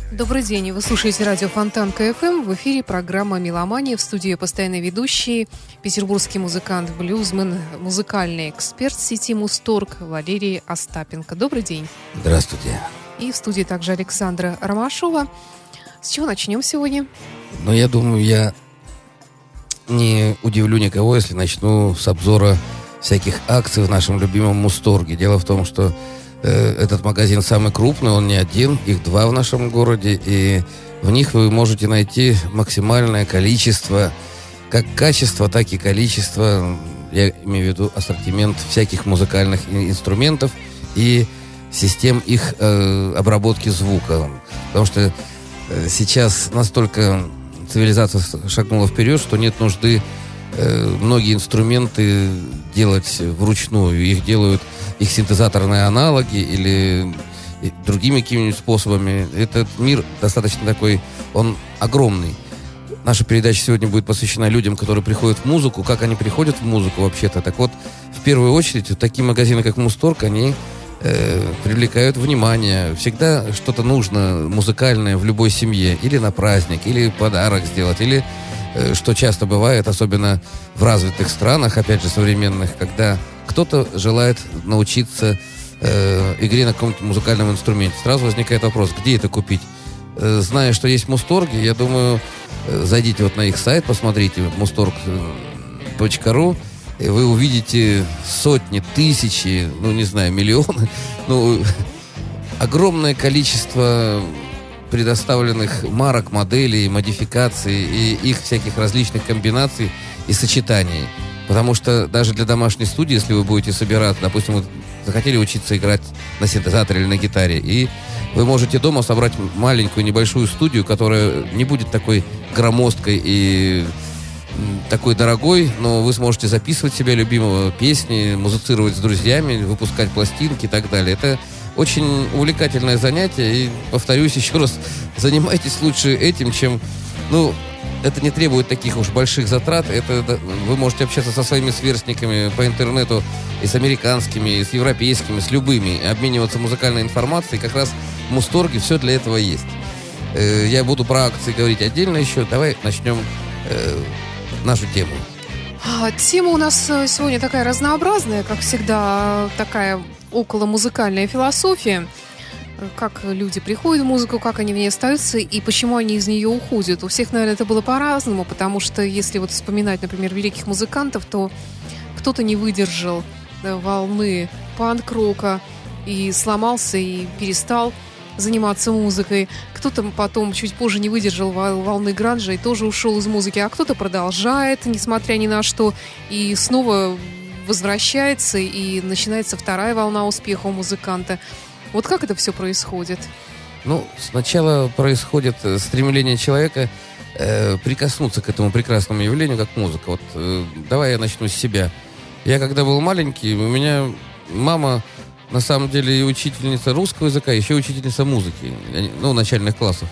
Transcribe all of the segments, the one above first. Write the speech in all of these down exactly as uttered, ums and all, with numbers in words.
Добрый день, вы слушаете радио Фонтан КФМ. В эфире программа «Меломания». В студии постоянный ведущий, петербургский музыкант, блюзмен, музыкальный эксперт сети Музторг Валерий Остапенко. Добрый день. Здравствуйте. И в студии также Александра Ромашова. С чего начнем сегодня? Ну, я думаю, я не удивлю никого, если начну с обзора всяких акций в нашем любимом Музторге. Дело в том, что э, этот магазин самый крупный, он не один, их два в нашем городе, и в них вы можете найти максимальное количество, как качество, так и количество, я имею в виду ассортимент всяких музыкальных инструментов и систем их э, обработки звука. Потому что э, сейчас настолько цивилизация шагнула вперед, что нет нужды э, многие инструменты делать вручную. Их делают их синтезаторные аналоги или другими какими-нибудь способами. Этот мир достаточно такой, он огромный. Наша передача сегодня будет посвящена людям, которые приходят в музыку. Как они приходят в музыку вообще-то? Так вот, в первую очередь, вот такие магазины, как Музторг, они э, привлекают внимание. Всегда что-то нужно музыкальное в любой семье. Или на праздник, или подарок сделать, или, э, что часто бывает, особенно в развитых странах, опять же, современных, когда кто-то желает научиться э, игре на каком-то музыкальном инструменте. Сразу возникает вопрос, где это купить? Э, зная, что есть Музторги, я думаю, э, зайдите вот на их сайт, посмотрите, музторг точка ру, и вы увидите сотни, тысячи, ну, не знаю, миллионы, ну, огромное количество предоставленных марок, моделей, модификаций и их всяких различных комбинаций и сочетаний. Потому что даже для домашней студии, если вы будете собирать, допустим, вы захотели учиться играть на синтезаторе или на гитаре, и вы можете дома собрать маленькую, небольшую студию, которая не будет такой громоздкой и такой дорогой, но вы сможете записывать себе любимого песни, музицировать с друзьями, выпускать пластинки и так далее. Это очень увлекательное занятие, и, повторюсь еще раз, занимайтесь лучше этим, чем, ну, это не требует таких уж больших затрат. Это вы можете общаться со своими сверстниками по интернету, и с американскими, и с европейскими, с любыми, обмениваться музыкальной информацией. Как раз в Музторге все для этого есть. Я буду про акции говорить отдельно еще. Давай начнем э, нашу тему. Тема у нас сегодня такая разнообразная, как всегда, такая околомузыкальная философия. Как люди приходят в музыку, как они в ней остаются и почему они из нее уходят. У всех, наверное, это было по-разному, потому что если вот вспоминать, например, великих музыкантов, то кто-то не выдержал, да, волны панк-рока и сломался и перестал заниматься музыкой. Кто-то потом чуть позже не выдержал волны гранжа и тоже ушел из музыки, а кто-то продолжает, несмотря ни на что, и снова возвращается, и начинается вторая волна успеха у музыканта. Вот как это все происходит? Ну, сначала происходит стремление человека э, прикоснуться к этому прекрасному явлению, как музыка. Вот э, давай я начну с себя. Я когда был маленький, у меня мама, на самом деле, и учительница русского языка, еще учительница музыки, ну, начальных классов.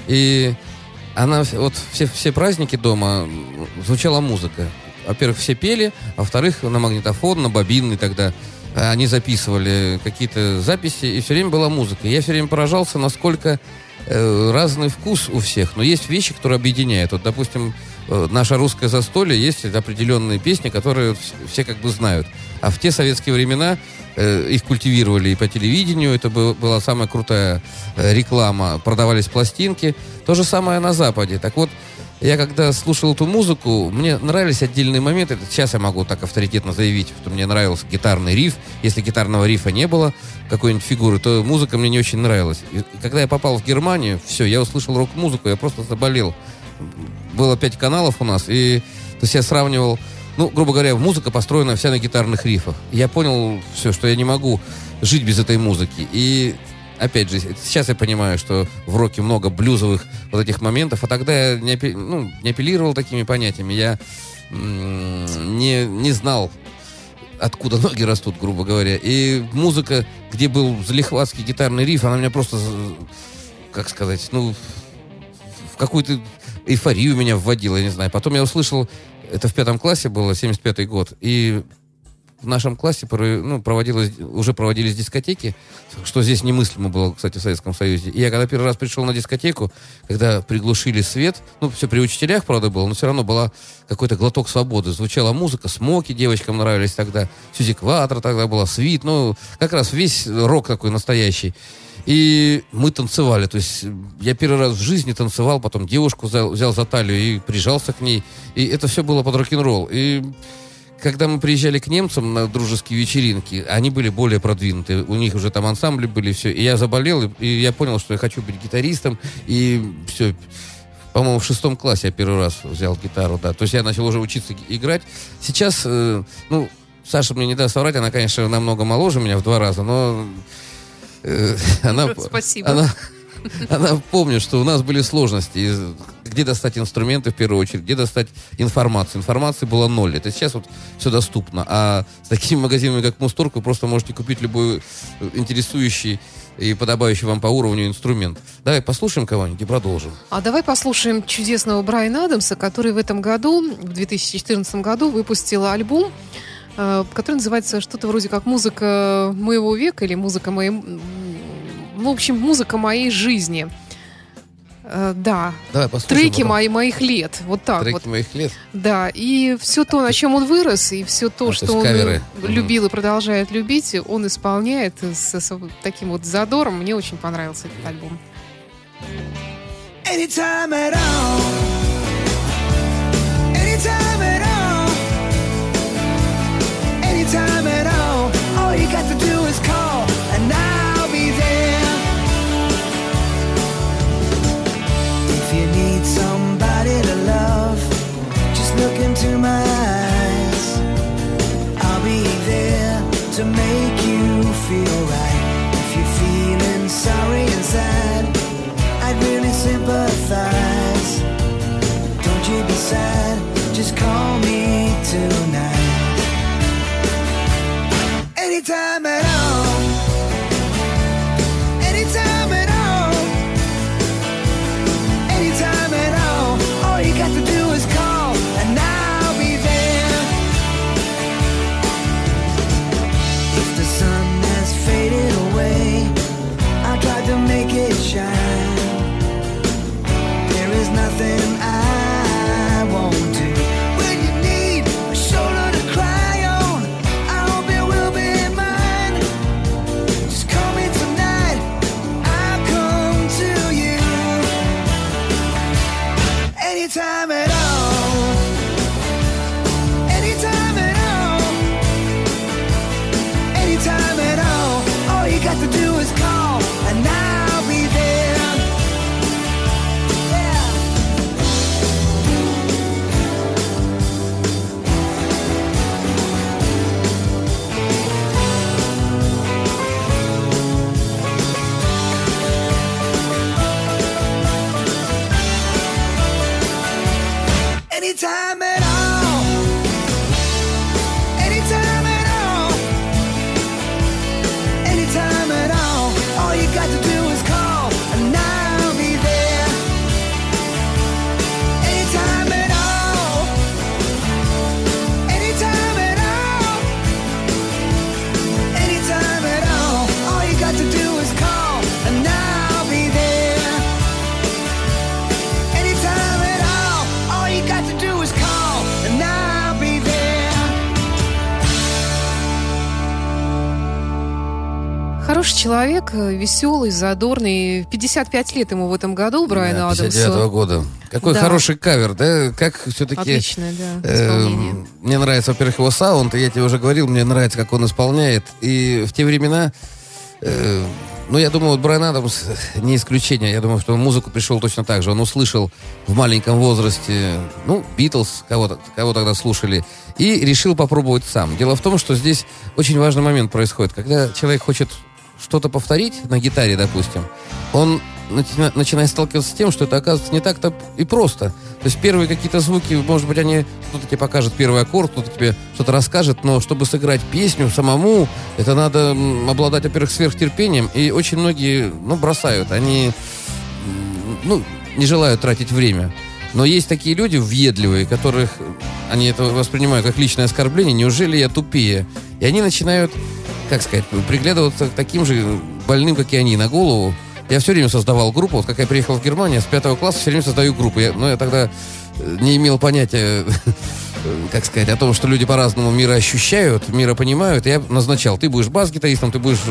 И она, вот все, все праздники дома звучала музыка. Во-первых, все пели, а во-вторых, на магнитофон, на бобинный тогда. Они записывали какие-то записи, и все время была музыка. Я все время поражался, насколько э, разный вкус у всех. Но есть вещи, которые объединяют. Вот, допустим, э, наше русское застолье, есть определенные песни, которые все как бы знают. А в те советские времена э, их культивировали и по телевидению. Это был, была самая крутая э, реклама. Продавались пластинки. То же самое на Западе. Так вот, я когда слушал эту музыку, мне нравились отдельные моменты. Сейчас я могу так авторитетно заявить, что мне нравился гитарный риф. Если гитарного рифа не было, какой-нибудь фигуры, то музыка мне не очень нравилась. И когда я попал в Германию, все, я услышал рок-музыку, я просто заболел. Было пять каналов у нас, и то есть я сравнивал, ну, грубо говоря, музыка построена вся на гитарных рифах. И я понял все, что я не могу жить без этой музыки. И опять же, сейчас я понимаю, что в роке много блюзовых вот этих моментов, а тогда я не, апелли, ну, не апеллировал такими понятиями. Я м- не, не знал, откуда ноги растут, грубо говоря. И музыка, где был залихватский гитарный риф, она меня просто, как сказать, ну, в какую-то эйфорию меня вводила, я не знаю. Потом я услышал, это в пятом классе было, семьдесят пятый год, и в нашем классе ну, проводилось, уже проводились дискотеки, что здесь немыслимо было, кстати, в Советском Союзе. И я когда первый раз пришел на дискотеку, когда приглушили свет, ну, все при учителях, правда, было, но все равно была какой-то глоток свободы. Звучала музыка, смоки девочкам нравились тогда, Сьюзи Кватро тогда была, Свит, ну, как раз весь рок такой настоящий. И мы танцевали, то есть я первый раз в жизни танцевал, потом девушку взял, взял за талию и прижался к ней, и это все было под рок-н-ролл. И когда мы приезжали к немцам на дружеские вечеринки, они были более продвинуты, у них уже там ансамбли были, все, и я заболел, и, и я понял, что я хочу быть гитаристом, и все, по-моему, в шестом классе я первый раз взял гитару, да, то есть я начал уже учиться играть. Сейчас, э, ну, Саша мне не даст соврать, она, конечно, намного моложе меня в два раза, но... Она, Спасибо. Она, она помнит, что у нас были сложности. Где достать инструменты, в первую очередь, где достать информацию. Информации было ноль. Это сейчас вот все доступно. А с такими магазинами, как Мусторг, вы просто можете купить любой интересующий и подобающий вам по уровню инструмент. Давай послушаем кого-нибудь и продолжим. А давай послушаем чудесного Брайана Адамса, который в этом году, в две тысячи четырнадцатом году, выпустил альбом, который называется что-то вроде как «Музыка моего века» или «Музыка моей...» Ну, в общем, «Музыка моей жизни». Да. Давай послушаем. Треки мои, моих лет. Вот так Треки вот. моих лет. Да. И все то, на чем он вырос, и все то, а, что то он каверы. любил и продолжает любить, он исполняет с, с таким вот задором. Мне очень понравился этот альбом. Anytime at all. Anytime at all. Anytime at all, all you got to do is call, and I'll be there. If you need somebody to love, just look into my eyes. I'll be there to make you feel right. If you're feeling sorry inside, I'd really sympathize. Don't you be sad, just call me tonight. Anytime at all. Anytime at all. Anytime at all. All you got to do is call, and I'll be there. If the sun has faded away, I'll try to make it shine. There is nothing I won't do. When you need a shoulder to cry on, I hope it will be. Anytime at all. Anytime at all. Anytime at all. All you got to do is call, and I'll be there. Yeah. Anytime at all. Anytime at all. Anytime at all. All you got to do is call, and I'll be there. Anytime at all. Anytime at all. Anytime at all. All you got to do is call, and I'll be there. Anytime at all. All you got to do is call, and I'll be there. Хороший человек, веселый, задорный. пятьдесят пять лет ему в этом году, Брайану да, Адамсу. пятьдесят девятого года. Какой да. хороший кавер, да? Как все-таки... Отличное, да, э, мне нравится, во-первых, его саунд, и я тебе уже говорил, мне нравится, как он исполняет. И в те времена... Э, Ну, я думаю, вот Брайан Адамс не исключение. Я думаю, что он в музыку пришел точно так же. Он услышал в маленьком возрасте, ну, Битлз, кого, кого тогда слушали, и решил попробовать сам. Дело в том, что здесь очень важный момент происходит. Когда человек хочет что-то повторить на гитаре, допустим, он начи- начинает сталкиваться с тем, что это, оказывается, не так-то и просто. То есть первые какие-то звуки, может быть, они кто-то тебе покажет первый аккорд, кто-то тебе что-то расскажет, но чтобы сыграть песню самому, это надо обладать, во-первых, сверхтерпением, и очень многие, ну, бросают, они, ну, не желают тратить время Но есть такие люди въедливые, которых они это воспринимают как личное оскорбление. Неужели я тупее? И они начинают, как сказать, приглядываться к таким же больным, как и они, на голову. Я все время создавал группу. Вот как я приехал в Германию, с пятого класса все время создаю группу. Я, но я тогда не имел понятия, как сказать, о том, что люди по-разному мира ощущают, мира понимают. Я назначал, ты будешь бас-гитаристом, ты будешь...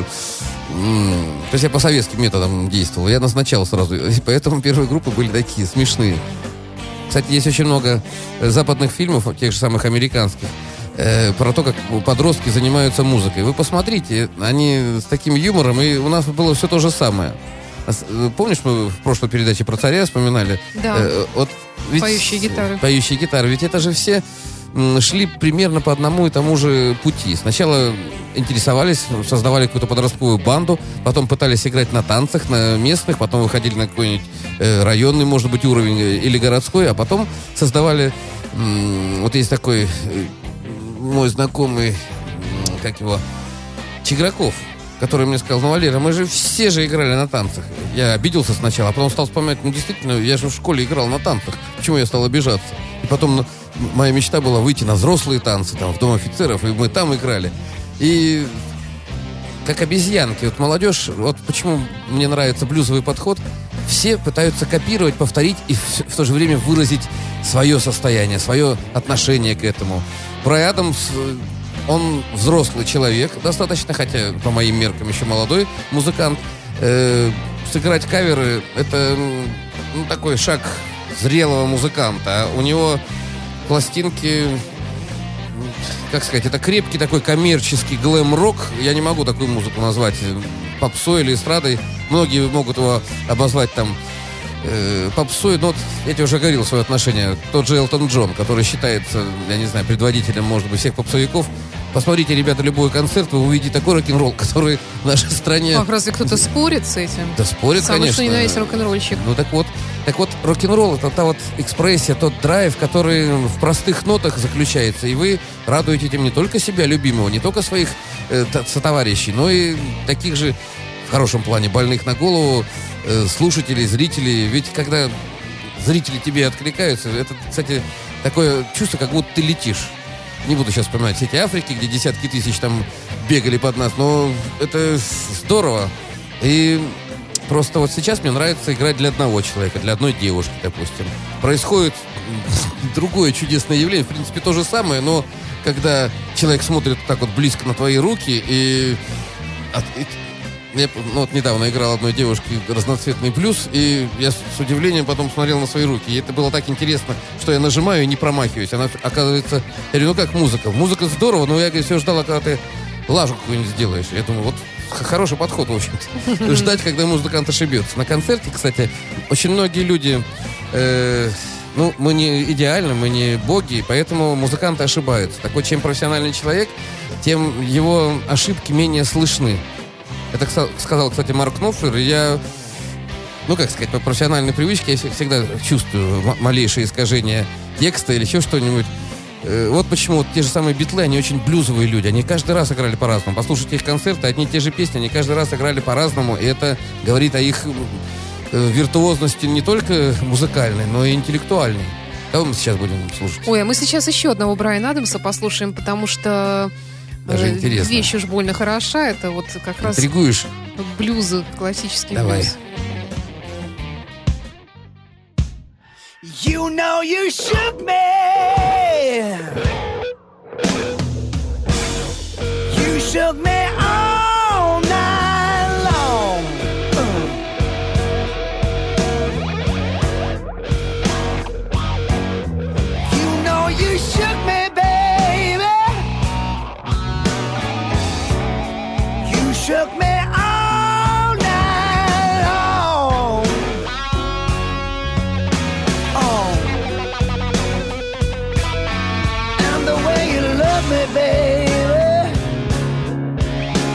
То есть я по советским методам действовал. Я назначал сразу. И поэтому первые группы были такие смешные. Кстати, есть очень много западных фильмов, тех же самых американских, э, про то, как подростки занимаются музыкой. Вы посмотрите, они с таким юмором, и у нас было все то же самое. Помнишь, мы в прошлой передаче про царя вспоминали? Да, э, вот ведь, поющие гитары. Поющие гитары. Ведь это же все шли примерно по одному и тому же пути. Сначала интересовались, создавали какую-то подростковую банду, потом пытались играть на танцах, на местных, потом выходили на какой-нибудь э, районный, может быть, уровень или городской, а потом создавали... М- вот есть такой э, мой знакомый, м- как его, Чиграков, который мне сказал: ну, Валера, мы же все же играли на танцах. Я обиделся сначала, а потом стал вспоминать, ну, действительно, я же в школе играл на танцах. Почему я стал обижаться? И потом... Ну, моя мечта была выйти на взрослые танцы, там, в Дом офицеров, и мы там играли. И как обезьянки. Вот молодежь, вот почему мне нравится блюзовый подход, все пытаются копировать, повторить и в, в то же время выразить свое состояние, свое отношение к этому. Брайан Адамс, он взрослый человек, достаточно, хотя по моим меркам еще молодой музыкант. Э, сыграть каверы — это ну, такой шаг зрелого музыканта. А у него пластинки, как сказать, это крепкий такой коммерческий глэм-рок. Я не могу такую музыку назвать попсой или эстрадой. Многие могут его обозвать там э, попсой, но вот я тебе уже говорил свое отношение. Тот же Элтон Джон, который считается, я не знаю, предводителем, может быть, всех попсовиков. Посмотрите, ребята, любой концерт, вы увидите такой рок-н-ролл, который в нашей стране... А разве кто-то спорит с этим? Да спорит, Самый конечно. что ни на есть рок-н-ролльщик. Ну так вот, так вот, рок-н-ролл — это та вот экспрессия, тот драйв, который в простых нотах заключается. И вы радуете этим не только себя, любимого, не только своих э, сотоварищей, но и таких же, в хорошем плане, больных на голову, э, слушателей, зрителей. Ведь когда зрители тебе откликаются, это, кстати, такое чувство, как будто ты летишь. Не буду сейчас вспоминать сети Африки, где десятки тысяч там бегали под нас, но это здорово. И просто вот сейчас мне нравится играть для одного человека, для одной девушки, допустим. Происходит другое чудесное явление, в принципе, то же самое, но когда человек смотрит так вот близко на твои руки, и... Я ну, вот недавно играл одной девушке разноцветный блюз, и я с удивлением потом смотрел на свои руки. И это было так интересно, что я нажимаю и не промахиваюсь. Она, оказывается, я говорю, ну как музыка? Музыка здорово, но я, говорю, все ждала, когда ты лажу какую-нибудь сделаешь. Я думаю, вот хороший подход, в общем-то. Ждать, когда музыкант ошибется. На концерте, кстати, очень многие люди... Э, ну, мы не идеальны, мы не боги, поэтому музыканты ошибаются. Так вот, чем профессиональный человек, тем его ошибки менее слышны. Это сказал, кстати, Марк Knopfler, и я, ну, как сказать, по профессиональной привычке я всегда чувствую малейшее искажение текста или еще что-нибудь. Вот почему вот те же самые Битлы, они очень блюзовые люди, они каждый раз играли по-разному. Послушайте их концерты, одни и те же песни, они каждый раз играли по-разному, и это говорит о их виртуозности не только музыкальной, но и интеллектуальной. Кого мы сейчас будем слушать? Ой, а мы сейчас еще одного Брайана Адамса послушаем, потому что... Даже интересно. Вещь уж больно хороша. Это вот как раз... Интригуешь? Блюзы, классический Давай. блюз. You know you shook me. You shook me all night long. You know you shook me, baby. You shook me all night long. Oh, and the way you love me, baby.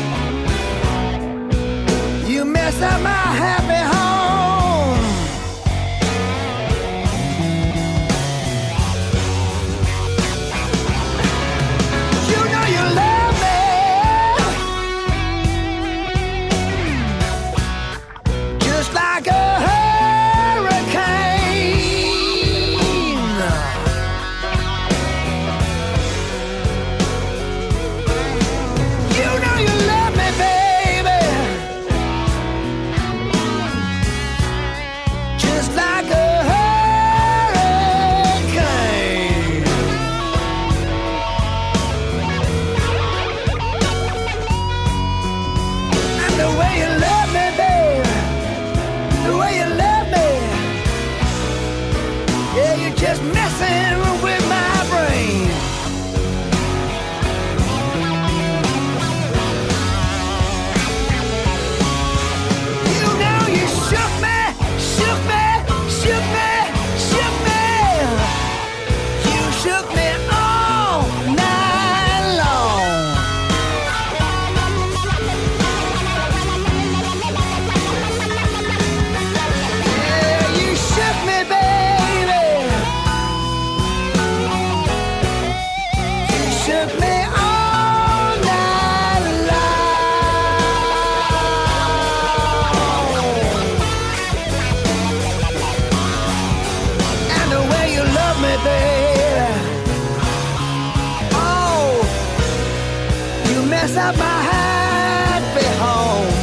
dress up my happy home.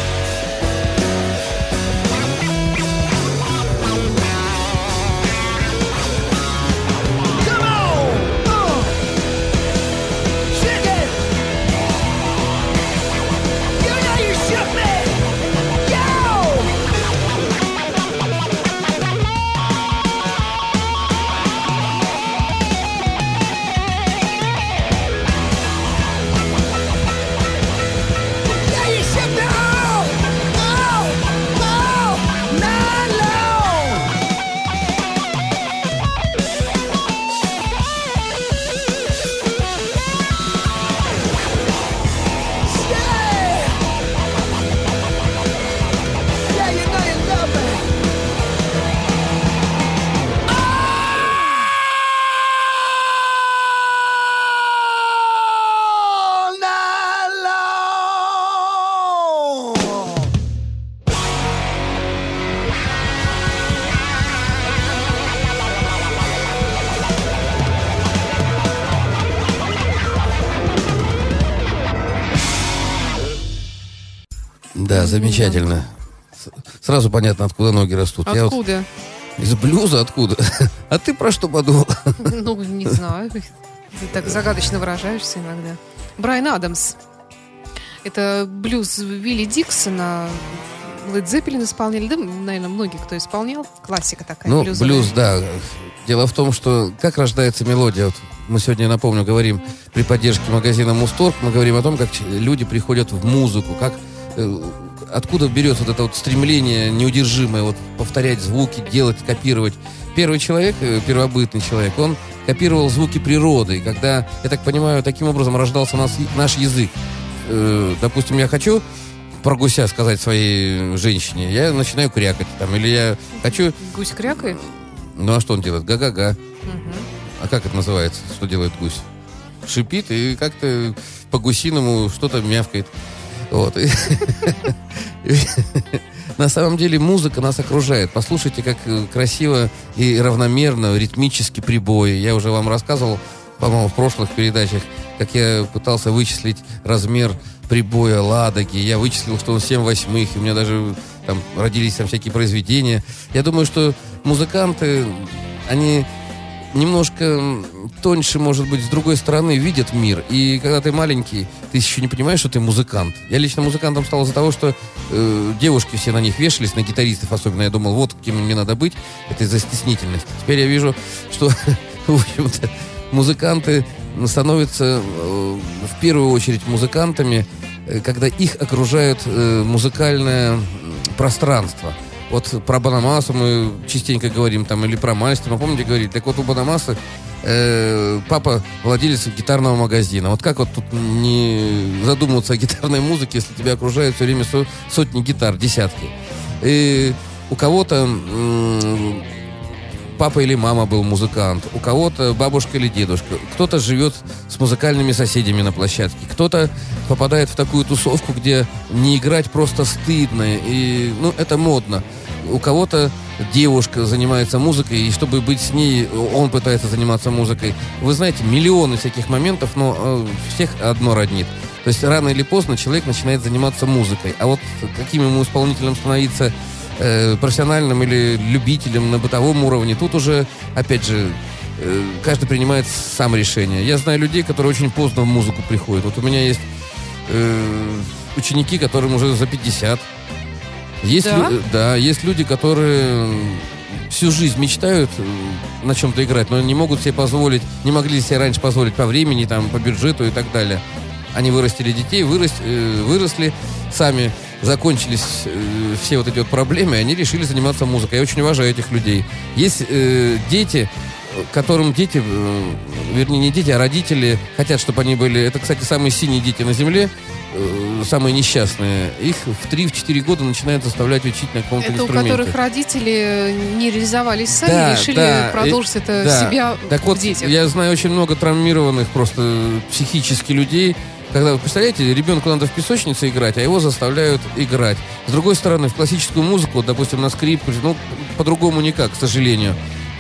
Come on, uh, shake it. You know you shook me. Да, замечательно. Сразу понятно, откуда ноги растут. Откуда? Я вот из блюза откуда? А ты про что подумал? Ну, не знаю. Ты так загадочно выражаешься иногда. Брайан Адамс. Это блюз Вилли Диксона. Лед Зеппелин исполняли. Да, наверное, многие кто исполнял. Классика такая. Ну, блюзовая. блюз, да. Дело в том, что как рождается мелодия. Вот мы сегодня, напомню, говорим при поддержке магазина Мусторг. Мы говорим о том, как люди приходят в музыку, как откуда берется вот это вот стремление неудержимое вот повторять звуки, делать, копировать. Первый человек, первобытный человек, он копировал звуки природы. И когда, я так понимаю, таким образом рождался нас, наш язык. Э, допустим, я хочу про гуся сказать своей женщине, я начинаю крякать. Там, или я хочу... Гусь крякает? Ну, а что он делает? Га-га-га. Угу. А как это называется? Что делает гусь? Шипит и как-то по-гусиному что-то мявкает. Вот. На самом деле музыка нас окружает. Послушайте, как красиво и равномерно, ритмически прибои. Я уже вам рассказывал, по-моему, в прошлых передачах, как я пытался вычислить размер прибоя Ладоги. Я вычислил, что он семь восьмых, и у меня даже там родились там всякие произведения. Я думаю, что музыканты, они немножко тоньше, может быть, с другой стороны видят мир. И когда ты маленький, ты еще не понимаешь, что ты музыкант. Я лично музыкантом стал из-за того, что э, девушки все на них вешались, на гитаристов особенно. Я думал, вот кем мне надо быть. Это из-за стеснительности. Теперь я вижу, что, в общем-то, музыканты становятся э, в первую очередь музыкантами, э, когда их окружает э, музыкальное пространство. Вот про Бонамассу мы частенько говорим, там, или про Мальстрома, помните, говорили? Так вот, у Бонамассы э, папа владелец гитарного магазина. Вот как вот тут не задумываться о гитарной музыке, если тебя окружают все время со, сотни гитар, десятки. И у кого-то м- папа или мама был музыкант, у кого-то бабушка или дедушка. Кто-то живет с музыкальными соседями на площадке, кто-то попадает в такую тусовку, где не играть просто стыдно, и, ну, это модно. У кого-то девушка занимается музыкой, и чтобы быть с ней, он пытается заниматься музыкой. Вы знаете, миллионы всяких моментов, но э, всех одно роднит. То есть рано или поздно человек начинает заниматься музыкой. А вот каким ему исполнителем становиться, э, профессиональным или любителем на бытовом уровне, тут уже, опять же, э, каждый принимает сам решение. Я знаю людей, которые очень поздно в музыку приходят. Вот у меня есть э, ученики, которым уже за пятьдесят. Есть, да? Лю- да, есть люди, которые всю жизнь мечтают на чем-то играть, но не могут себе позволить, не могли себе раньше позволить по времени, там, по бюджету и так далее. Они вырастили детей, вырос, э, выросли, сами закончились э, все вот эти вот проблемы, и они решили заниматься музыкой. Я очень уважаю этих людей. Есть э, дети, которым дети, э, вернее, не дети, а родители хотят, чтобы они были... Это, кстати, самые синие дети на земле, самые несчастные, их в три-четыре года начинают заставлять учить на каком-то это инструменте. Это у которых родители не реализовались сами, да, решили да, продолжить и, это да. себя так в вот, детях. Я знаю очень много травмированных просто психически людей, когда, вы представляете, ребенку надо в песочнице играть, а его заставляют играть. С другой стороны, в классическую музыку, допустим, на скрипку, ну, по-другому никак, к сожалению.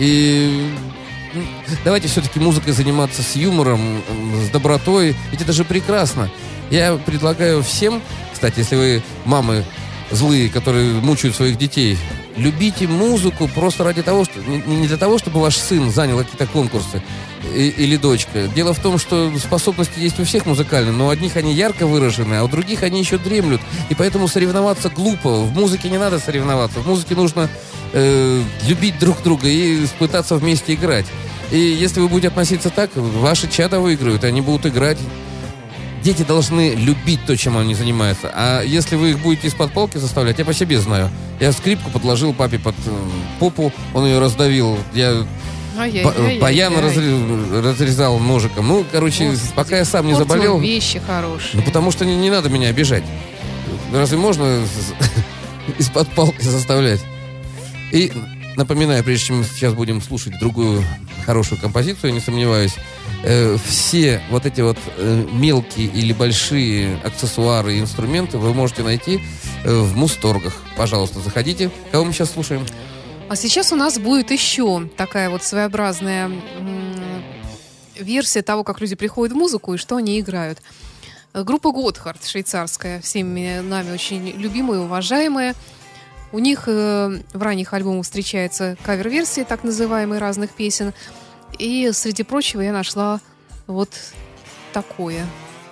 И давайте все-таки музыкой заниматься с юмором, с добротой, ведь это же прекрасно. Я предлагаю всем, кстати, если вы мамы злые, которые мучают своих детей, любите музыку просто ради того, что не, не для того, чтобы ваш сын занял какие-то конкурсы и, или дочка. Дело в том, что способности есть у всех музыкальные, но у одних они ярко выражены, а у других они еще дремлют. И поэтому соревноваться глупо. В музыке не надо соревноваться. В музыке нужно э, любить друг друга и пытаться вместе играть. И если вы будете относиться так, ваши чада выиграют, они будут играть. Дети должны любить то, чем они занимаются. А если вы их будете из-под палки заставлять, я по себе знаю. Я скрипку подложил папе под э, попу, он ее раздавил. Я ба- баян разрез, разрезал ножиком. Ну, короче, Господи, пока я сам не заболел... вещи хорошие. Ну, потому что не, не надо меня обижать. Разве можно из-под палки заставлять? И напоминаю, прежде чем мы сейчас будем слушать другую хорошую композицию, я не сомневаюсь, э, все вот эти вот э, мелкие или большие аксессуары и инструменты вы можете найти э, в Мусторгах. Пожалуйста, заходите. Кого мы сейчас слушаем? А сейчас у нас будет еще такая вот своеобразная м- версия того, как люди приходят в музыку и что они играют. Группа Готхард, швейцарская, всеми нами очень любимая и уважаемая. У них э, в ранних альбомах встречаются кавер-версии, так называемые, разных песен. И, среди прочего, я нашла вот такое.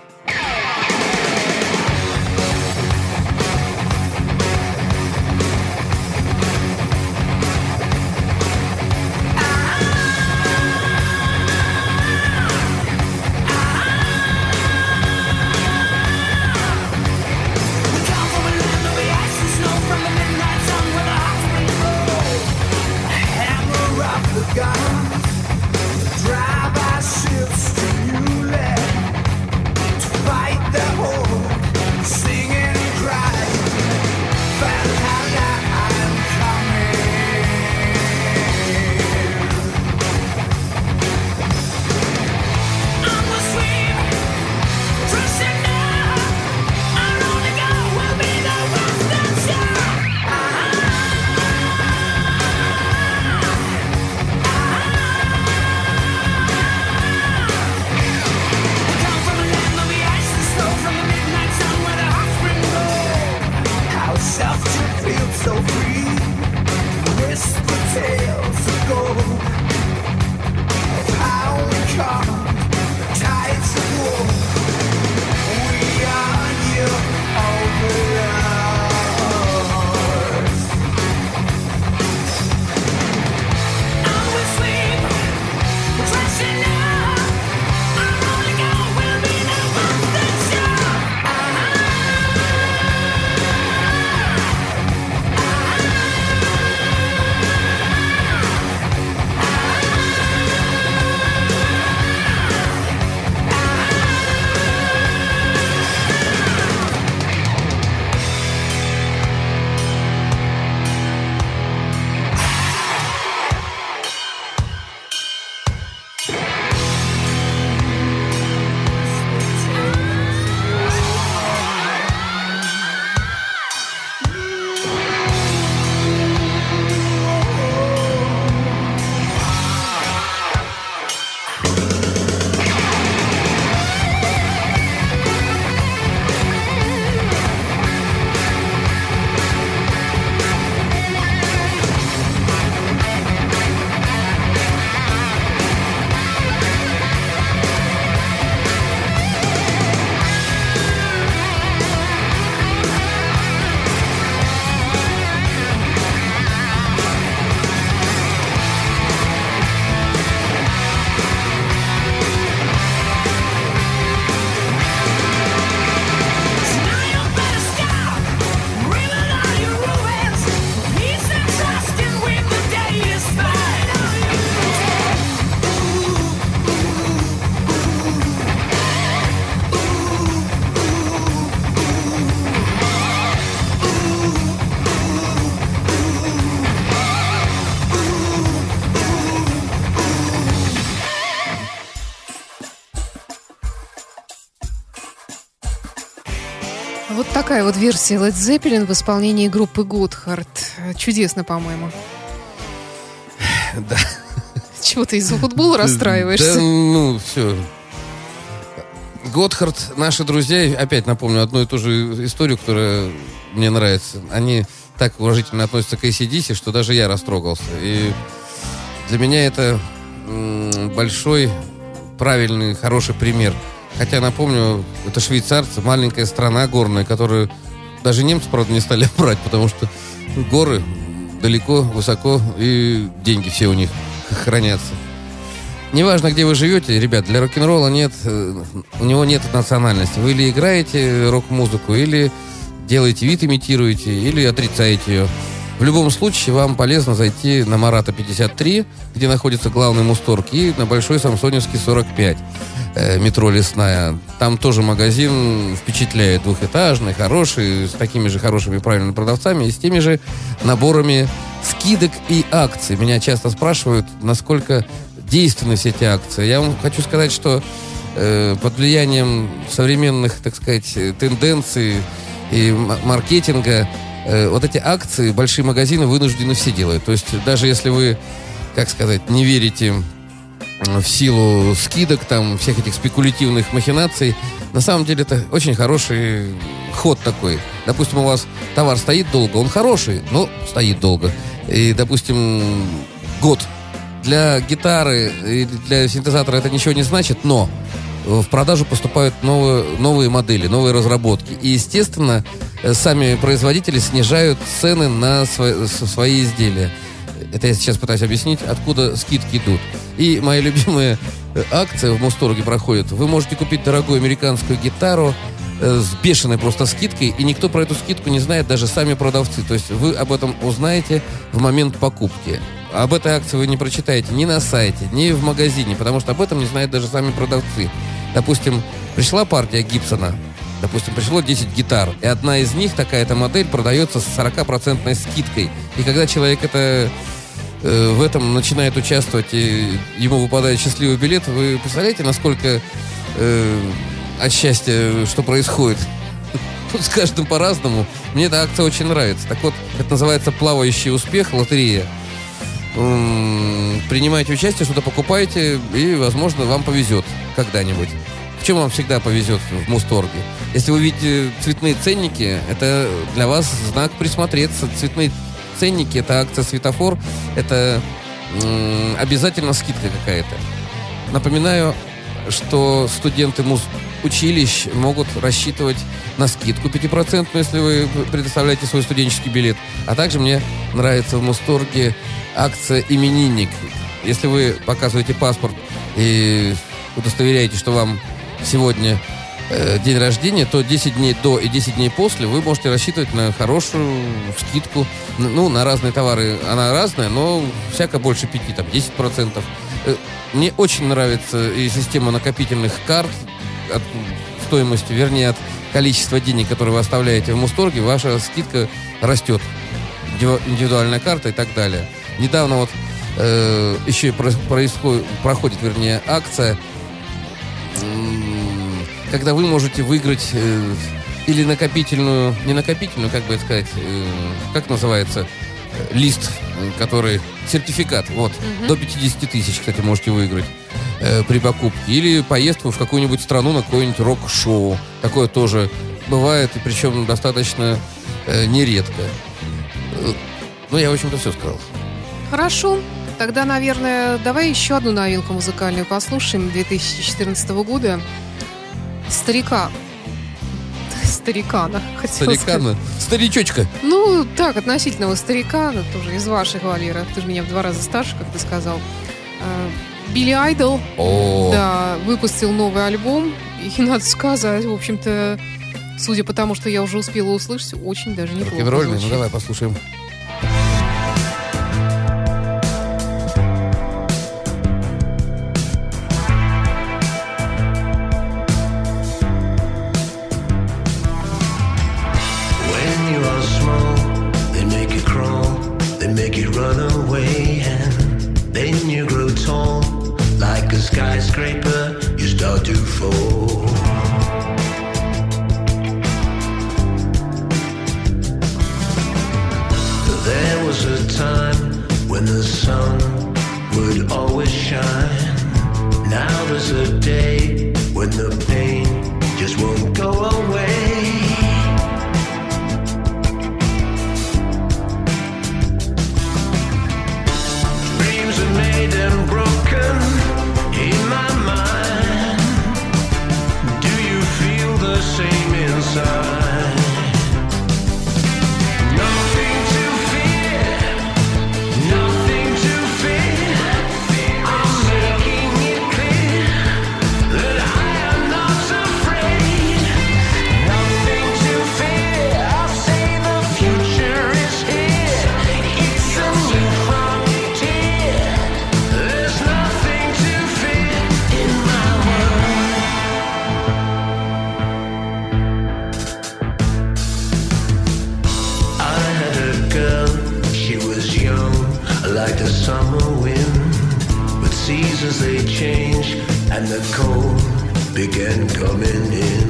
Drive our ships to new land. Вот такая вот версия Led Zeppelin в исполнении группы Готхард. Чудесно, по-моему. Да. Чего ты из-за футбола расстраиваешься? Да, ну, все. Готхард, наши друзья, опять напомню одну и ту же историю, которая мне нравится. Они так уважительно относятся к эй си ди си, что даже я растрогался. И для меня это м- большой, правильный, хороший пример. Хотя, напомню, это швейцарцы, маленькая страна горная, которую даже немцы, правда, не стали брать, потому что горы далеко, высоко, и деньги все у них хранятся. Неважно, где вы живете, ребят, для рок-н-ролла нет, у него нет национальности. Вы или играете рок-музыку, или делаете вид, имитируете, или отрицаете ее. В любом случае, вам полезно зайти на Марата пятьдесят три, где находится главный Мусторг, и на Большой Самсоневский сорок пять, э, метро Лесная. Там тоже магазин впечатляет, двухэтажный, хороший, с такими же хорошими правильными продавцами и с теми же наборами скидок и акций. Меня часто спрашивают, насколько действенны все эти акции. Я вам хочу сказать, что э, под влиянием современных, так сказать, тенденций и маркетинга э, вот эти акции большие магазины вынуждены все делать. То есть даже если вы, как сказать, не верите в силу скидок, там, всех этих спекулятивных махинаций, на самом деле это очень хороший ход такой. Допустим, у вас товар стоит долго, он хороший, но стоит долго. И, допустим, год для гитары и для синтезатора это ничего не значит, но в продажу поступают новые, новые модели, новые разработки. И, естественно, сами производители снижают цены на свои, свои изделия. Это я сейчас пытаюсь объяснить, откуда скидки идут. И моя любимая акция в Мусторге проходит. Вы можете купить дорогую американскую гитару с бешеной просто скидкой, и никто про эту скидку не знает, даже сами продавцы. То есть вы об этом узнаете в момент покупки. Об этой акции вы не прочитаете ни на сайте, ни в магазине, потому что об этом не знают даже сами продавцы. Допустим, пришла партия Гибсона, допустим, пришло десять гитар, и одна из них, такая-то модель, продается с сорок процентов скидкой. И когда человек это, э, в этом начинает участвовать, и ему выпадает счастливый билет, вы представляете, насколько э, от счастья, что происходит? Тут с каждым по-разному. Мне эта акция очень нравится. Так вот, это называется «Плавающий успех», лотерея. Принимайте участие, что-то покупаете, и, возможно, вам повезет когда-нибудь. В чем вам всегда повезет в Мусторге? Если вы видите цветные ценники, это для вас знак присмотреться. Цветные ценники — это акция «Светофор», это м- обязательно скидка какая-то. Напоминаю, что студенты муз-училищ могут рассчитывать на скидку пятипроцентную, если вы предоставляете свой студенческий билет. А также мне нравится в Мусторге акция «Именинник». Если вы показываете паспорт и удостоверяете, что вам сегодня э, день рождения, то десять дней до и десять дней после вы можете рассчитывать на хорошую скидку. Ну, на разные товары она разная, но всяко больше пяти, там, десять процентов. Э, мне очень нравится и система накопительных карт от стоимости, вернее, от количества денег, которые вы оставляете в Мусторге, ваша скидка растет. Индивидуальная карта и так далее. Недавно вот э, еще происходит, проходит, вернее, акция, э, когда вы можете выиграть э, или накопительную, не накопительную, как бы сказать, э, как называется, э, лист, который, сертификат, вот, угу. До пятьдесят тысяч, кстати, можете выиграть э, при покупке. Или поездку в какую-нибудь страну на какое-нибудь рок-шоу. Такое тоже бывает, и причем достаточно э, нередко. Ну, я, в общем-то, все сказал. Хорошо. Тогда, наверное, давай еще одну новинку музыкальную послушаем две тысячи четырнадцатого года. Старика. Старикана. Старикана? Старичочка. Ну, так, относительного старикана, тоже из ваших, Валера. Ты же меня в два раза старше, как ты сказал. Билли Айдол. О. Да, выпустил новый альбом. И, надо сказать, в общем-то, судя по тому, что я уже успела услышать, очень даже неплохо рок-н-ролльный? звучит. Ну, давай послушаем. Skyscraper, you start to fall. There was a time when the sun would always shine. Now there's a day when the pain made and broken in my mind. Do you feel the same inside? Nothing to fear, nothing to fear. I'm making it clear that I am not afraid. Nothing to fear, I'll say the future is here. It's a new frontier. There's nothing to fear in my world. I had a girl, she was young, like the summer wind. But seasons they change, and the cold began coming in.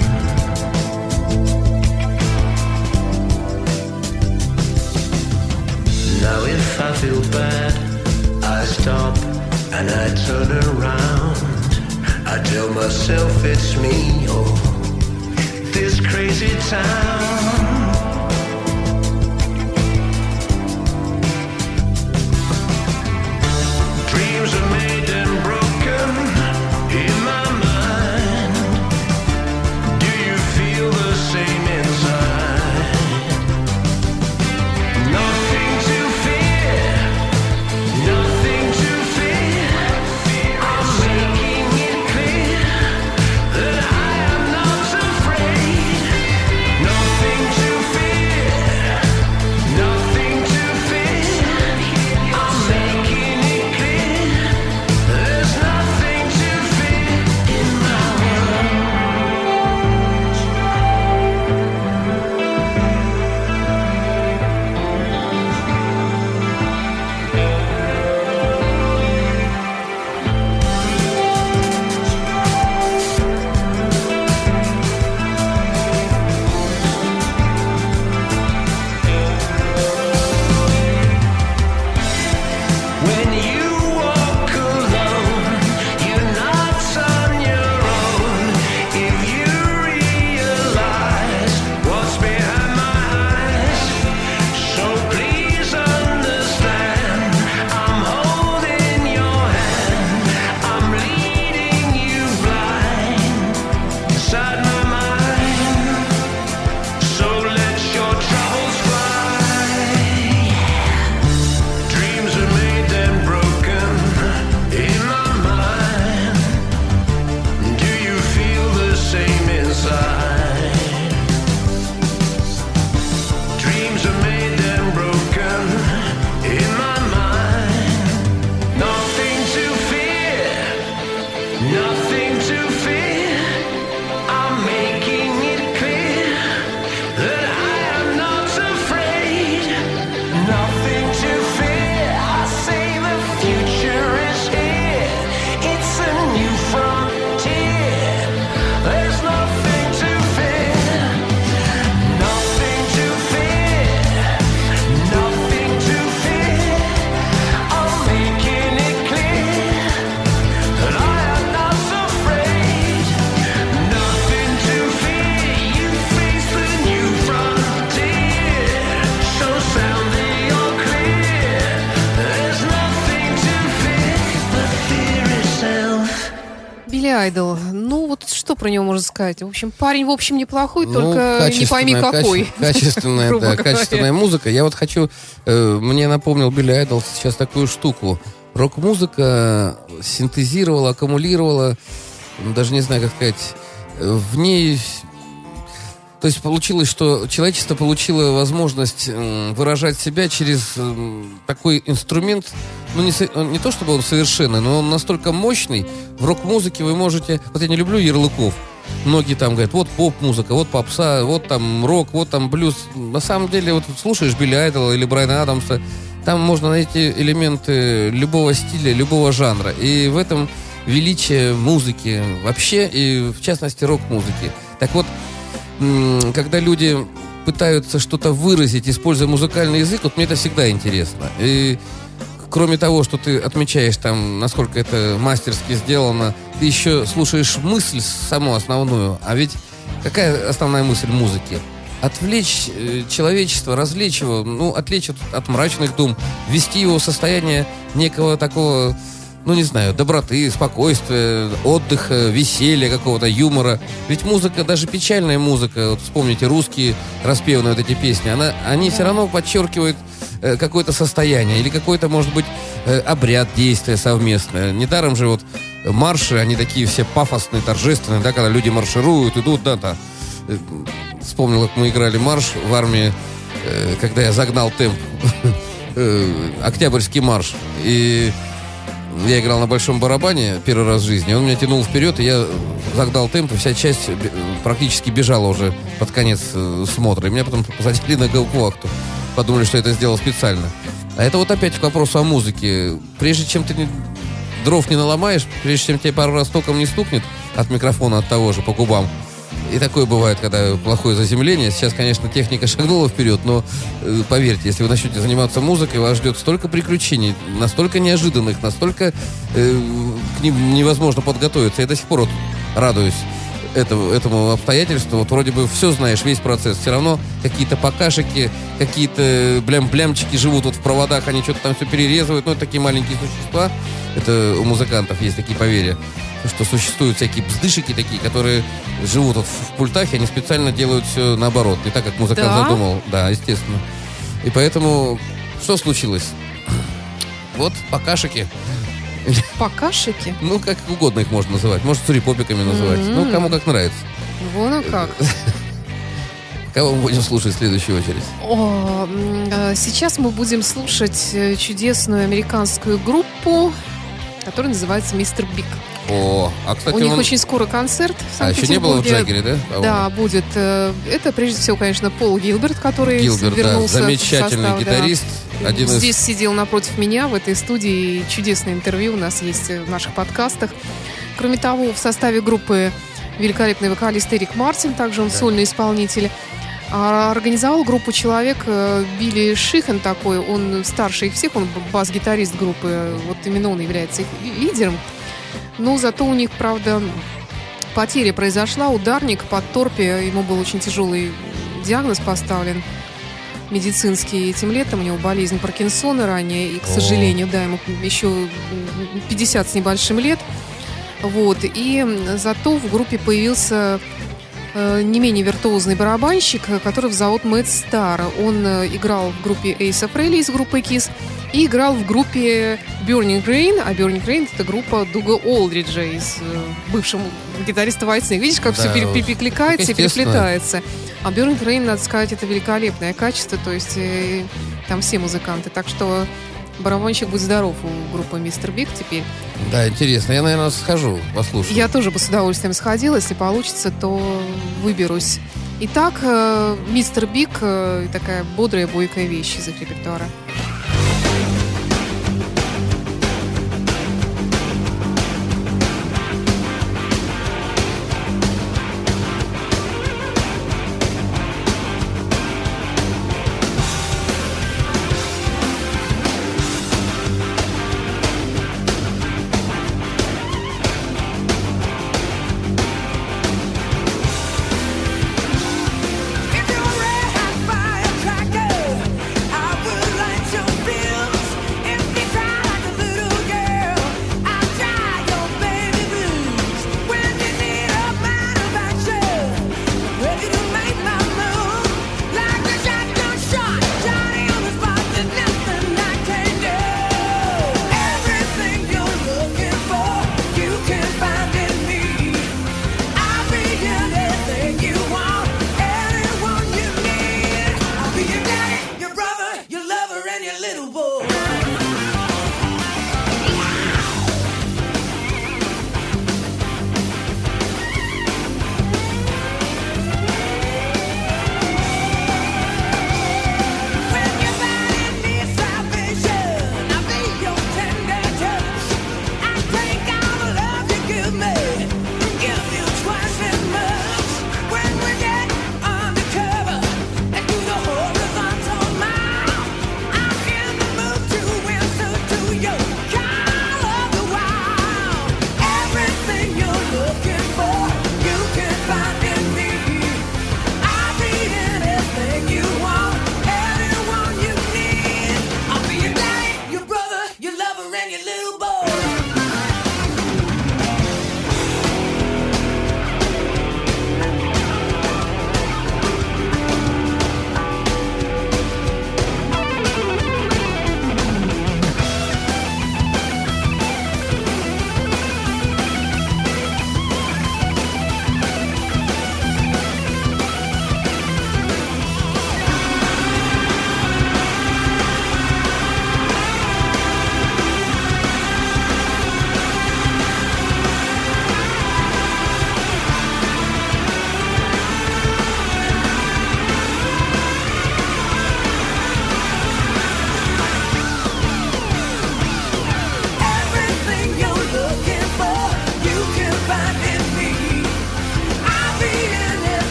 Now if I feel bad, I stop and I turn around. I tell myself it's me, oh, this crazy town. Dreams are made and broken in my mind. Do you feel the same inside? Nothing to fear, nothing to fear. I'm making it clear that I am not afraid. Nothing to fear, nothing to fear. I'm making it clear there's nothing to fear in my world. When you walk alone, you're not on your own. If you realize what's behind my eyes, so please understand. I'm holding your hand, I'm leading you blind inside my mind. So let your troubles fly. Dreams are made and broken in my mind. Do you feel the same inside? Dreams are made and broken in my mind. Nothing to fear, nothing to fear. I'm making it clear that I am not afraid. Nothing to fear, I say the future is here. It's a new frontier. There's nothing to fear. Nothing to fear, nothing to fear. I'm making it clear that I am not afraid. Nothing to fear, you face the new frontier. So sound the all clear. There's nothing to fear but fear itself. Билли Айдол. Ну, вот что про него можно сказать? В общем, парень, в общем, неплохой, Ну, только не пойми качественная, какой. каче- Качественная, грубо да, говоря. качественная музыка. Я вот хочу... э, мне напомнил Билли Айдол сейчас такую штуку. Рок-музыка синтезировала, аккумулировала, ну, даже не знаю, как сказать, э, в ней... То есть получилось, что человечество получило возможность м, выражать себя через м, такой инструмент, ну не, со- он не то чтобы он совершенный, но он настолько мощный. В рок-музыке вы можете... Вот я не люблю ярлыков. Многие там говорят, вот поп-музыка, вот попса, вот там рок, вот там блюз. На самом деле, вот слушаешь Билли Айдола или Брайана Адамса, там можно найти элементы любого стиля, любого жанра. И в этом величие музыки вообще, и в частности рок-музыки. Так вот, м, когда люди пытаются что-то выразить, используя музыкальный язык, вот мне это всегда интересно. И кроме того, что ты отмечаешь там, насколько это мастерски сделано, ты еще слушаешь мысль саму основную. А ведь какая основная мысль музыки? отвлечь э, человечество, развлечь его, ну, отвлечь от, от мрачных дум, ввести его в состояние некого такого, ну, не знаю, доброты, спокойствия, отдыха, веселья какого-то, юмора. Ведь музыка, даже печальная музыка, вот вспомните русские распевные вот эти песни, она, они все равно подчеркивают э, какое-то состояние или какой-то, может быть, э, обряд, действие совместное. Недаром же вот марши, они такие все пафосные, торжественные, да, когда люди маршируют, идут, да, да. Вспомнил, как мы играли марш в армии, э, когда я загнал темп. э, Октябрьский марш. И я играл на большом барабане первый раз в жизни. Он меня тянул вперед, и я загнал темп, и вся часть практически бежала уже под конец э, смотра. И меня потом посадили на гаупвахту. Подумали, что это сделал специально. А это вот опять к вопросу о музыке. Прежде чем ты не, дров не наломаешь, прежде чем тебе пару раз током не стукнет от микрофона, от того же, по губам. И такое бывает, когда плохое заземление. Сейчас, конечно, техника шагнула вперед, но э, поверьте, если вы начнете заниматься музыкой, вас ждет столько приключений, настолько неожиданных, настолько э, к ним невозможно подготовиться. Я до сих пор вот радуюсь этому, этому обстоятельству. Вот вроде бы все знаешь, весь процесс. Все равно какие-то покашики, какие-то блям-блямчики живут вот в проводах, они что-то там все перерезывают. Ну, это такие маленькие существа. Это у музыкантов есть такие поверья, что существуют всякие бздышики такие, которые живут вот в пультах, и они специально делают все наоборот, не так, как музыкант да? задумал. Да, естественно. И поэтому что случилось? Вот покашики. Покашики? Ну, как угодно их можно называть. Может, сурипопиками называть. Mm-hmm. Ну, кому как нравится. Вон и как. Кого мы будем слушать в следующую очередь? О, сейчас мы будем слушать чудесную американскую группу, которая называется «Мистер Биг». О, а, кстати, у них он... очень скоро концерт в А, еще не было в Джаггере, да? По-моему. Да, будет. Это, прежде всего, конечно, Пол Гилберт, который Гилберт, вернулся да, замечательный в состав, гитарист. Да. Один Здесь из... сидел напротив меня в этой студии. Чудесное интервью у нас есть в наших подкастах. Кроме того, в составе группы великолепный вокалист Эрик Мартин, также он да. сольный исполнитель. А организовал группу человек Билли Шихан такой, он старше их всех, он бас-гитарист группы, вот именно он является их лидером. Но зато у них, правда, потеря произошла, ударник под торпе, ему был очень тяжелый диагноз поставлен медицинский этим летом, у него болезнь Паркинсона ранее, и, к сожалению, да, ему еще пятьдесят с небольшим лет, вот, и зато в группе появился не менее виртуозный барабанщик, которого зовут Мэтт Стар. Он играл в группе Ace Frehley из группы Kiss и играл в группе Burning Rain, а Burning Rain — это группа Дуга Олдриджа из бывшего гитариста Whitesnake. Видишь, как да, все перекликается и переплетается. А Burning Rain, надо сказать, это великолепное качество, то есть э, там все музыканты. Так что барабанщик, будь здоров, у группы «Мистер Биг» теперь. Да, интересно. Я, наверное, схожу, послушаю. Я тоже бы с удовольствием сходила. Если получится, то выберусь. Итак, «Мистер Биг» — такая бодрая, бойкая вещь из их репертуара.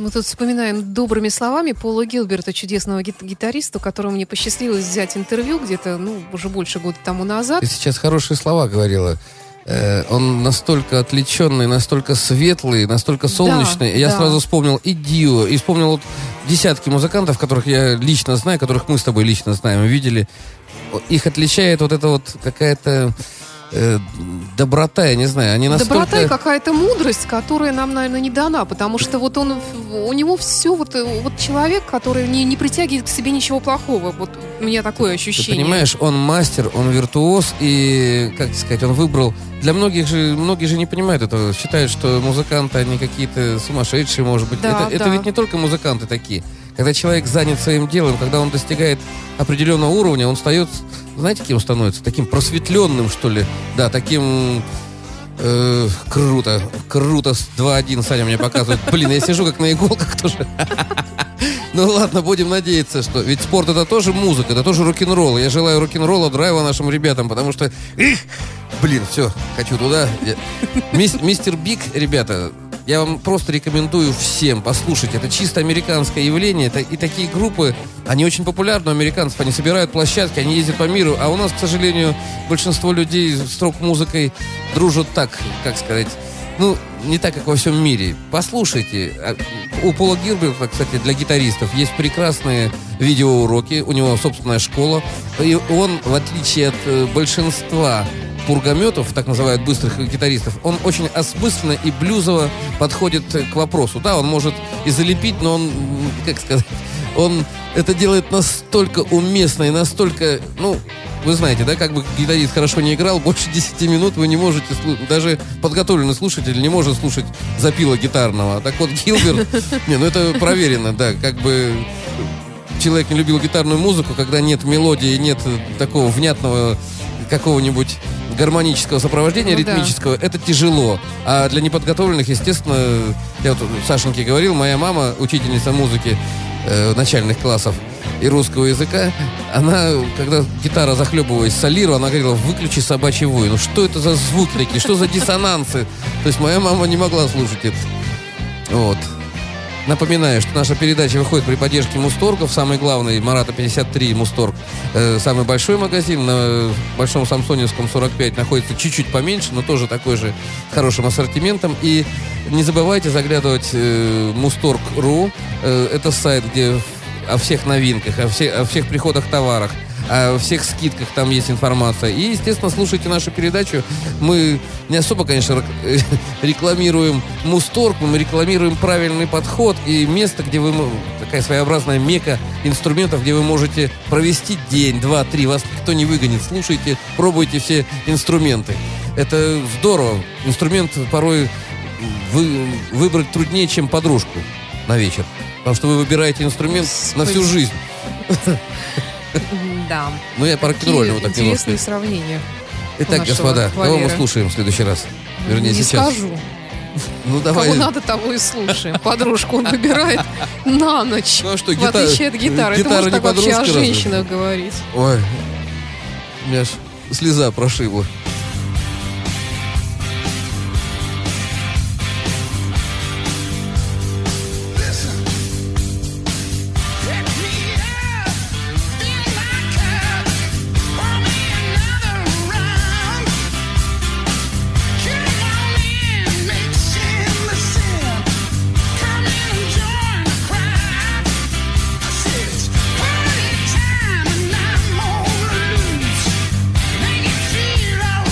Мы тут вспоминаем добрыми словами Пола Гилберта, чудесного гит- гитариста, которому мне посчастливилось взять интервью где-то, ну, уже больше года тому назад. Ты сейчас хорошие слова говорила. Э, он настолько отвлеченный, настолько светлый, настолько солнечный. Да, я да. сразу вспомнил и Дио, и вспомнил вот десятки музыкантов, которых я лично знаю, которых мы с тобой лично знаем, видели. Их отличает вот эта вот какая-то э, доброта, я не знаю. Они настолько... Доброта и какая-то мудрость, которая нам, наверное, не дана, потому что вот он, у него все, вот, вот человек, который не, не притягивает к себе ничего плохого. Вот у меня такое ощущение. Ты понимаешь, он мастер, он виртуоз, и, как сказать, он выбрал... Для многих же, многие же не понимают этого, считают, что музыканты, они какие-то сумасшедшие, может быть. Да, это, это да. ведь не только музыканты такие. Когда человек занят своим делом, когда он достигает определенного уровня, он встает, знаете, кем становится? Таким просветленным, что ли. Да, таким... Э, круто, круто, два один Саня мне показывает. Блин, я сижу как на иголках тоже. Ну ладно, будем надеяться, что... Ведь спорт — это тоже музыка, это тоже рок-н-ролл. Я желаю рок-н-ролла, драйва нашим ребятам, потому что... Их! Блин, все, хочу туда. Я... Мис- Мистер Биг, ребята, я вам просто рекомендую всем послушать. Это чисто американское явление. Это, и такие группы, они очень популярны у американцев. Они собирают площадки, они ездят по миру. А у нас, к сожалению, большинство людей с рок-музыкой дружат так, как сказать... Ну, не так, как во всем мире. Послушайте. У Пола Гилберта, кстати, для гитаристов есть прекрасные видеоуроки. У него собственная школа. И он, в отличие от большинства пургометов, так называют быстрых гитаристов, он очень осмысленно и блюзово подходит к вопросу. Да, он может и залепить, но он, как сказать, он это делает настолько уместно и настолько, ну, вы знаете, да, как бы гитарист хорошо не играл, больше десяти минут вы не можете слушать, даже подготовленный слушатель не может слушать запила гитарного. Так вот, Гилберт, не, ну это проверено, да, как бы человек не любил гитарную музыку, когда нет мелодии, нет такого внятного какого-нибудь гармонического сопровождения, ну, ритмического, да. Это тяжело. А для неподготовленных, естественно, я вот Сашеньке говорил, моя мама, учительница музыки э, начальных классов и русского языка, она, когда гитара, захлебываясь, солирует, она говорила: выключи собачий вой. Ну что это за звуки такие, что за диссонансы? То есть моя мама не могла слушать это. Вот. Напоминаю, что наша передача выходит при поддержке Мусторгов. Самый главный, Марата пятьдесят три, Мусторг. Э, самый большой магазин на Большом Самсоневском сорок пять находится чуть-чуть поменьше, но тоже такой же с хорошим ассортиментом. И не забывайте заглядывать э, мусторг точка ру. Э, это сайт, где о всех новинках, о, все, о всех приходах товарах, о всех скидках там есть информация. И, естественно, слушайте нашу передачу. Мы не особо, конечно, рекламируем Мусторг, мы рекламируем правильный подход и место, где вы... Такая своеобразная мека инструментов, где вы можете провести день, два, три. Вас никто не выгонит. Слушайте, пробуйте все инструменты. Это здорово. Инструмент порой вы, выбрать труднее, чем подружку на вечер. Потому что вы выбираете инструмент Господи. на всю жизнь. Да. Ну, я по рок-н-ролльному так немножко. Интересные сравнения. Итак, нашего господа, кого мы Валеры. слушаем в следующий раз? Вернее, не сейчас. скажу. Ну, давай. Кого надо, того и слушаем. Подружку он выбирает на ночь. Ну, а что, в гита- отличие от гитары. Это гитара можно не так вообще о подружка разве? женщинах говорить. Ой, у меня аж слеза прошибла. Make it feel all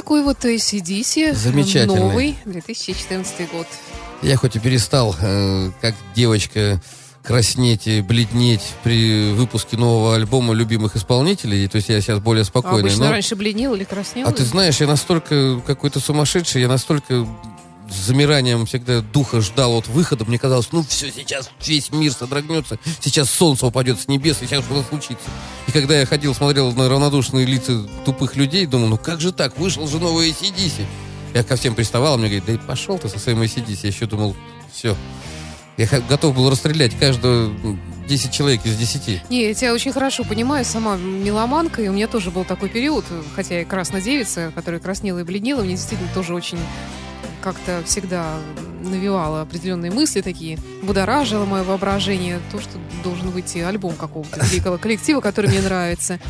такой вот эй си ди си. Замечательный. Новый, две тысячи четырнадцатый год. Я хоть и перестал, э, как девочка, краснеть и бледнеть при выпуске нового альбома любимых исполнителей, то есть я сейчас более спокойный. А обычно но... раньше бледнел или краснел? А ты знаешь, я настолько какой-то сумасшедший, я настолько с замиранием всегда духа ждал от выхода. Мне казалось, ну все, сейчас весь мир содрогнется, сейчас солнце упадет с небес, и сейчас что-то случится. И когда я ходил, смотрел на равнодушные лица тупых людей, думал, ну как же так, вышел же новый эй си ди си. Я ко всем приставал, мне говорит, да и пошел ты со своим эй си ди си. Я еще думал, все. Я готов был расстрелять каждого десять человек из десяти. Не, я тебя очень хорошо понимаю, сама меломанка, и у меня тоже был такой период, хотя я краснодевица, которая краснела и бледнела, мне действительно тоже очень как-то всегда навевала определенные мысли такие, будоражило мое воображение, то, что должен выйти альбом какого-то великого коллектива, который мне нравится.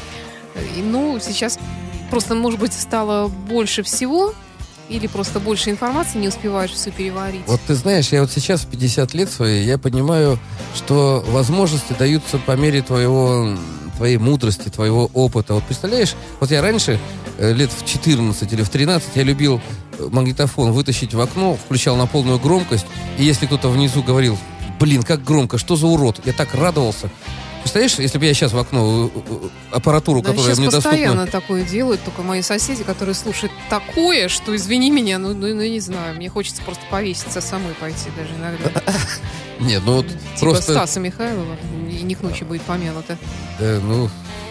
И, ну, сейчас просто, может быть, стало больше всего, или просто больше информации, не успеваешь все переварить. Вот ты знаешь, я вот сейчас в пятьдесят лет свои, я понимаю, что возможности даются по мере твоего, твоей мудрости, твоего опыта. Вот представляешь, вот я раньше, лет в четырнадцать или в тринадцать, я любил магнитофон вытащить в окно, включал на полную громкость, и если кто-то внизу говорил, блин, как громко, что за урод, я так радовался. Представляешь, если бы я сейчас в окно аппаратуру, да, которая мне доступна... сейчас постоянно такое делают, только мои соседи, которые слушают такое, что, извини меня, ну, ну, ну не знаю, мне хочется просто повеситься самой пойти даже иногда. Нет, ну вот типа просто... Стаса Михайлова, и не к ночи будет помянуто. Да, ну,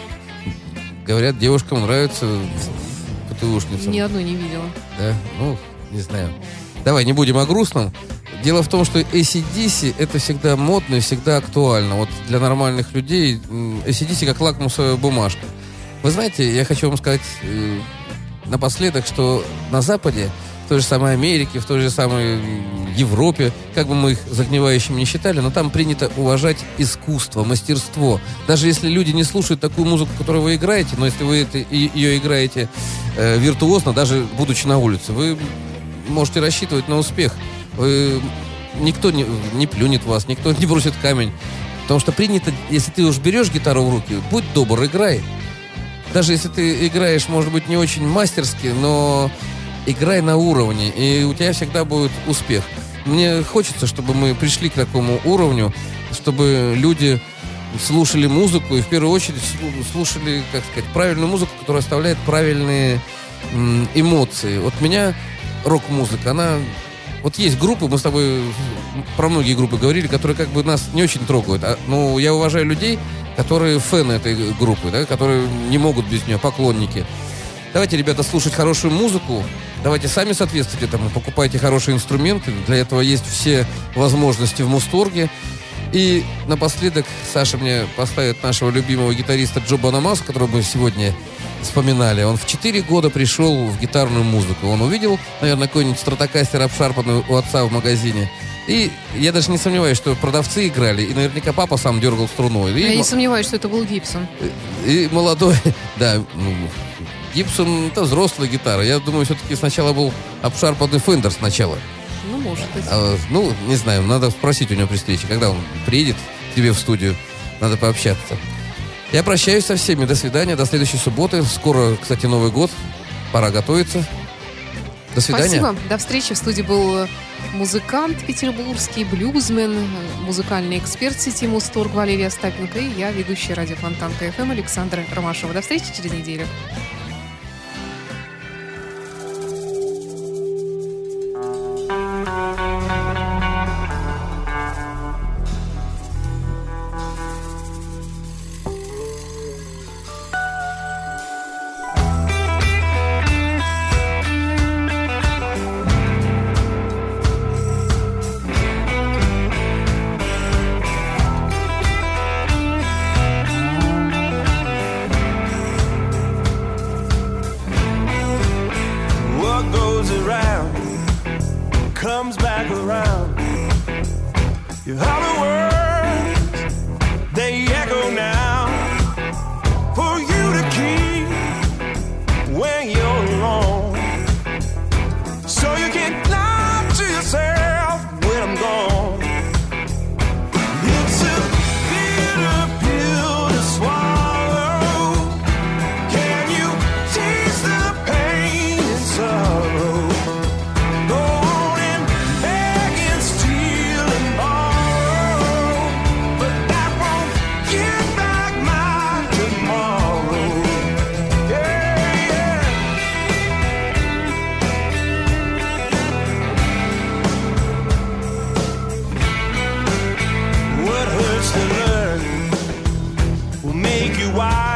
говорят, девушкам нравятся ПТУшницам. Ни одной не видела. Да, ну, не знаю. Давай, не будем о грустном. Дело в том, что эй си ди си это всегда модно и всегда актуально. Вот для нормальных людей эй си ди си как лакмусовая бумажка. Вы знаете, я хочу вам сказать э, напоследок, что на Западе, в той же самой Америке, в той же самой Европе, как бы мы их загнивающими не считали, но там принято уважать искусство, мастерство. Даже если люди не слушают такую музыку, которую вы играете, но если вы это, и, ее играете э, виртуозно, даже будучи на улице, вы можете рассчитывать на успех. Вы, никто не, не плюнет в вас, никто не бросит камень. Потому что принято, если ты уж берешь гитару в руки, будь добр, играй. Даже если ты играешь, может быть, не очень мастерски, но играй на уровне, и у тебя всегда будет успех. Мне хочется, чтобы мы пришли к такому уровню, чтобы люди слушали музыку, и в первую очередь слушали, как сказать, правильную музыку, которая оставляет правильные м, эмоции. Вот меня рок-музыка, она... Вот есть группы, мы с тобой про многие группы говорили, которые как бы нас не очень трогают. А, ну, я уважаю людей, которые фэны этой группы, да, которые не могут без нее, поклонники. Давайте, ребята, слушать хорошую музыку. Давайте сами соответствовать этому. Покупайте хорошие инструменты. Для этого есть все возможности в Мусторге. И напоследок Саша мне поставит нашего любимого гитариста Джо Бонамасса, которого мы сегодня вспоминали. Он в четыре года пришел в гитарную музыку. Он увидел, наверное, какой-нибудь стратокастер обшарпанный у отца в магазине. И я даже не сомневаюсь, что продавцы играли. И наверняка папа сам дергал струной. И я м- не сомневаюсь, что это был Гибсон. И молодой... Да, ну, Гибсон — это взрослая гитара. Я думаю, все-таки сначала был обшарпанный Фендер сначала. Ну, может быть. А, ну, не знаю, надо спросить у него при встрече, когда он приедет к тебе в студию. Надо пообщаться. Я прощаюсь со всеми. До свидания. До следующей субботы. Скоро, кстати, Новый год. Пора готовиться. До свидания. Спасибо. До встречи. В студии был музыкант петербургский, блюзмен, музыкальный эксперт сети Мусторг Валерий Остапенко и я, ведущая радио Фонтанка эф эм Александра Ромашова. До встречи через неделю. Comes back around. Your hollow words, they echo now. For you to keep when you're alone, so you can lie to yourself when I'm gone. It's a bitter pill to swallow. Can you taste the pain wide.